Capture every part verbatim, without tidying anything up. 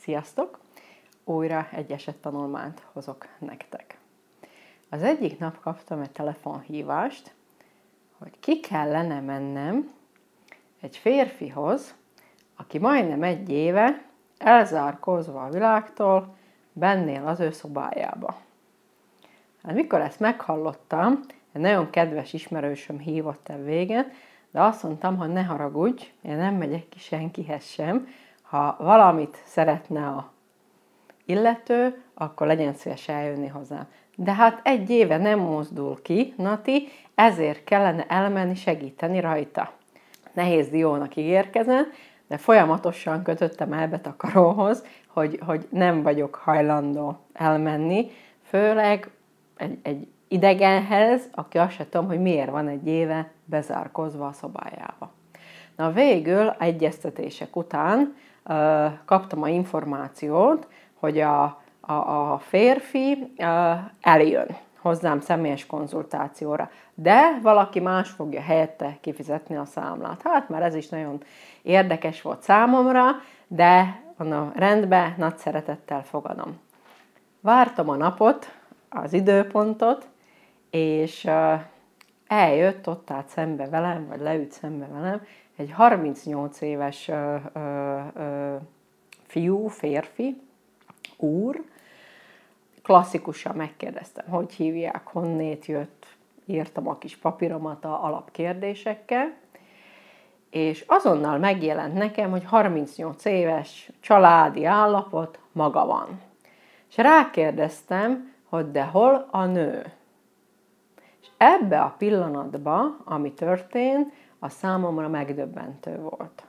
Sziasztok! Újra egy esettanulmányt hozok nektek. Az egyik nap kaptam egy telefonhívást, hogy ki kellene mennem egy férfihoz, aki majdnem egy éve elzárkózva a világtól bennél az ő szobájába. Hát mikor ezt meghallottam, egy nagyon kedves ismerősöm hívott el végén, de azt mondtam, hogy ne haragudj, én nem megyek ki senkihez sem. Ha valamit szeretne a illető, akkor legyen szíves eljönni hozzám. De hát egy éve nem mozdul ki, Nati, ezért kellene elmenni segíteni rajta. Nehéz diónak ígérkezem, de folyamatosan kötöttem elbetakaróhoz, hogy, hogy nem vagyok hajlandó elmenni, főleg egy, egy idegenhez, aki azt sem tudom, hogy miért van egy éve bezárkozva a szobájába. Na végül egyeztetések után uh, kaptam a információt, hogy a, a, a férfi uh, eljön hozzám személyes konzultációra, de valaki más fogja helyette kifizetni a számlát. Hát már ez is nagyon érdekes volt számomra, de mondom, rendben, nagy szeretettel fogadom. Vártam a napot, az időpontot, és uh, eljött, ott állt szembe velem, vagy leült szembe velem, egy harmincnyolc éves ö, ö, ö, fiú, férfi, úr. Klasszikusan megkérdeztem, hogy hívják, honnét jött, írtam a kis papíromat a alapkérdésekkel, és azonnal megjelent nekem, hogy harmincnyolc éves családi állapot, maga van. És rákérdeztem, hogy de hol a nő? És ebbe a pillanatban, ami történt, a számomra megdöbbentő volt.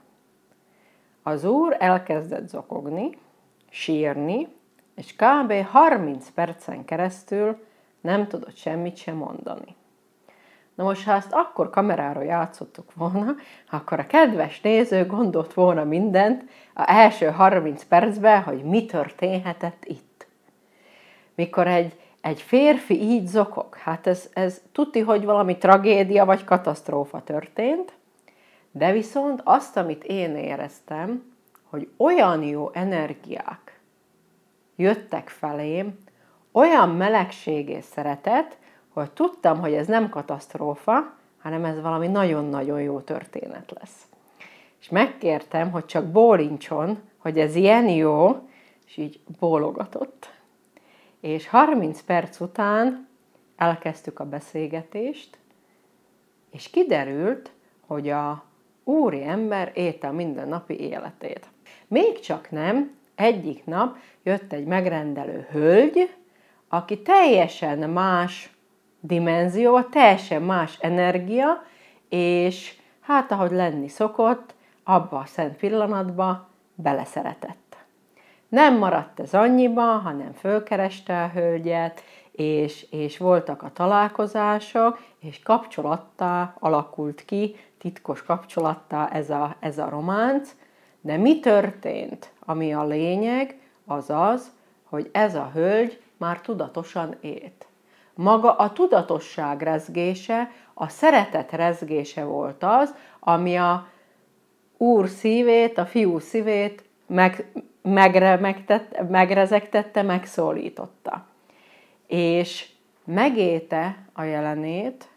Az úr elkezdett zokogni, sírni, és kb. harminc percen keresztül nem tudott semmit sem mondani. Na most, ha ezt akkor kameráról játszottuk volna, akkor a kedves néző gondolt volna mindent az első harminc percben, hogy mi történhetett itt. Mikor egy Egy férfi így zokog, hát ez, ez tuti, hogy valami tragédia vagy katasztrófa történt, de viszont azt, amit én éreztem, hogy olyan jó energiák jöttek felém, olyan melegség és szeretet, hogy tudtam, hogy ez nem katasztrófa, hanem ez valami nagyon-nagyon jó történet lesz. És megkértem, hogy csak bólincson, hogy ez ilyen jó, és így bólogatott. És harminc perc után elkezdtük a beszélgetést, és kiderült, hogy a úri ember élte a mindennapi életét. Még csak nem, egyik nap jött egy megrendelő hölgy, aki teljesen más dimenzió, teljesen más energia, és hát ahogy lenni szokott, abba a szent pillanatba beleszeretett. Nem maradt ez annyiba, hanem fölkereste a hölgyet, és, és voltak a találkozások, és kapcsolattá alakult ki, titkos kapcsolattá ez a, ez a románc. De mi történt? Ami a lényeg, az az, hogy ez a hölgy már tudatosan élt. Maga a tudatosság rezgése, a szeretet rezgése volt az, ami a úr szívét, a fiú szívét meg Megremegtette, megrezegtette, megszólította. És megélte a jelenét,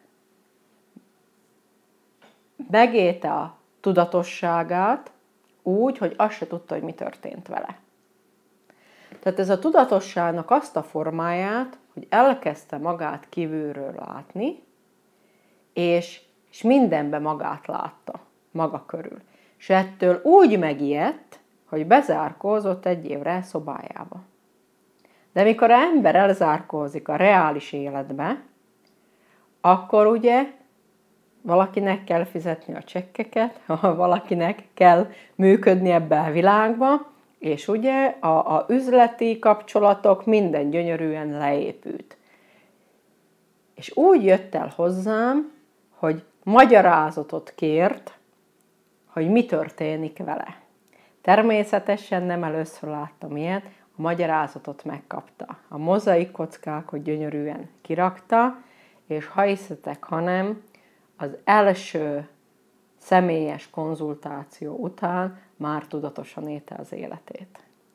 megélte a tudatosságát úgy, hogy azt se tudta, hogy mi történt vele. Tehát ez a tudatosságnak azt a formáját, hogy elkezdte magát kívülről látni, és, és mindenben magát látta, maga körül. És ettől úgy megijedt, hogy bezárkózott egy évre szobájába. De mikor az ember elzárkózik a reális életbe, akkor ugye valakinek kell fizetni a csekkeket, valakinek kell működni ebbe a világba, és ugye a, a üzleti kapcsolatok minden gyönyörűen leépült. És úgy jött el hozzám, hogy magyarázatot kért, hogy mi történik vele. Természetesen nem először láttam ilyet, a magyarázatot megkapta. A mozaik kockákat gyönyörűen kirakta, és ha hiszitek, hanem az első személyes konzultáció után már tudatosan élte az életét.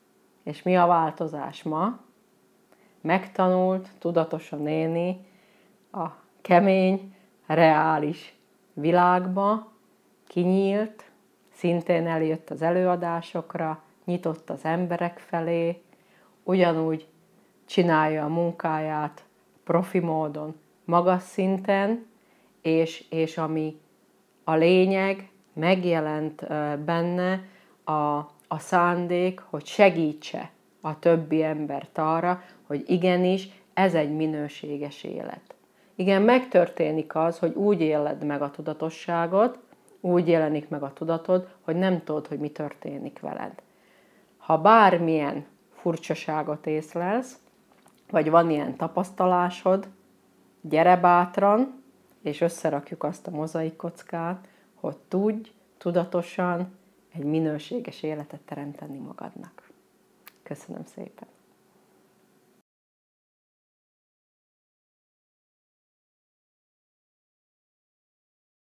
És mi a változás ma? Megtanult tudatosan élni a kemény, reális világba, kinyílt, szintén eljött az előadásokra, nyitott az emberek felé, ugyanúgy csinálja a munkáját profi módon, magas szinten, és, és ami a lényeg, megjelent benne a, a szándék, hogy segítse a többi embert arra, hogy igenis, ez egy minőséges élet. Igen, megtörténik az, hogy úgy éled meg a tudatosságot, úgy jelenik meg a tudatod, hogy nem tudod, hogy mi történik veled. Ha bármilyen furcsaságot észlelsz, vagy van ilyen tapasztalásod, gyere bátran, és összerakjuk azt a mozaikkockát, hogy tudj tudatosan egy minőséges életet teremteni magadnak. Köszönöm szépen!